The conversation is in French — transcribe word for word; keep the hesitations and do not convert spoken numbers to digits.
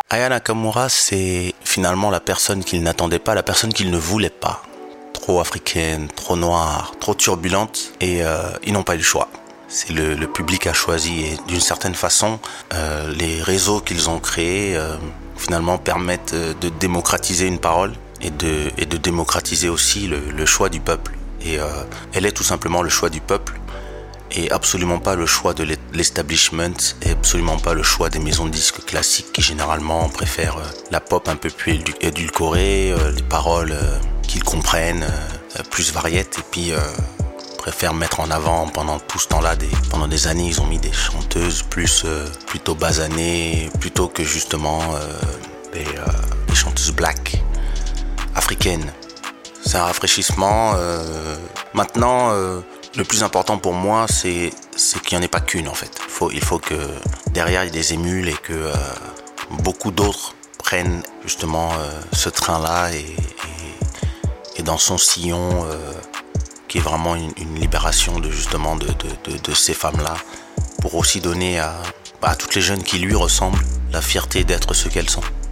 Aya Nakamura, c'est finalement la personne qu'il n'attendait pas, la personne qu'il ne voulait pas. Trop africaine, trop noire, trop turbulente, et euh, ils n'ont pas eu le choix. C'est le, le public a choisi, et d'une certaine façon, euh, les réseaux qu'ils ont créés euh, finalement permettent de démocratiser une parole et de, et de démocratiser aussi le, le choix du peuple. Et euh, elle est tout simplement le choix du peuple, et absolument pas le choix de l'establishment, et absolument pas le choix des maisons de disques classiques qui généralement préfèrent euh, la pop un peu plus édulcorée, euh, les paroles euh, qu'ils comprennent, euh, plus variettes, et puis euh, préfèrent mettre en avant pendant tout ce temps-là, des, pendant des années, ils ont mis des chanteuses plus euh, plutôt basanées, plutôt que justement euh, des, euh, des chanteuses black, africaines. C'est un rafraîchissement. Euh, maintenant, euh, le plus important pour moi, c'est, c'est qu'il n'y en ait pas qu'une en fait. Il faut, il faut que derrière il y ait des émules et que euh, beaucoup d'autres prennent justement euh, ce train-là et, et, et dans son sillon, euh, qui est vraiment une, une libération de justement de, de, de, de ces femmes-là, pour aussi donner à, à toutes les jeunes qui lui ressemblent la fierté d'être ce qu'elles sont.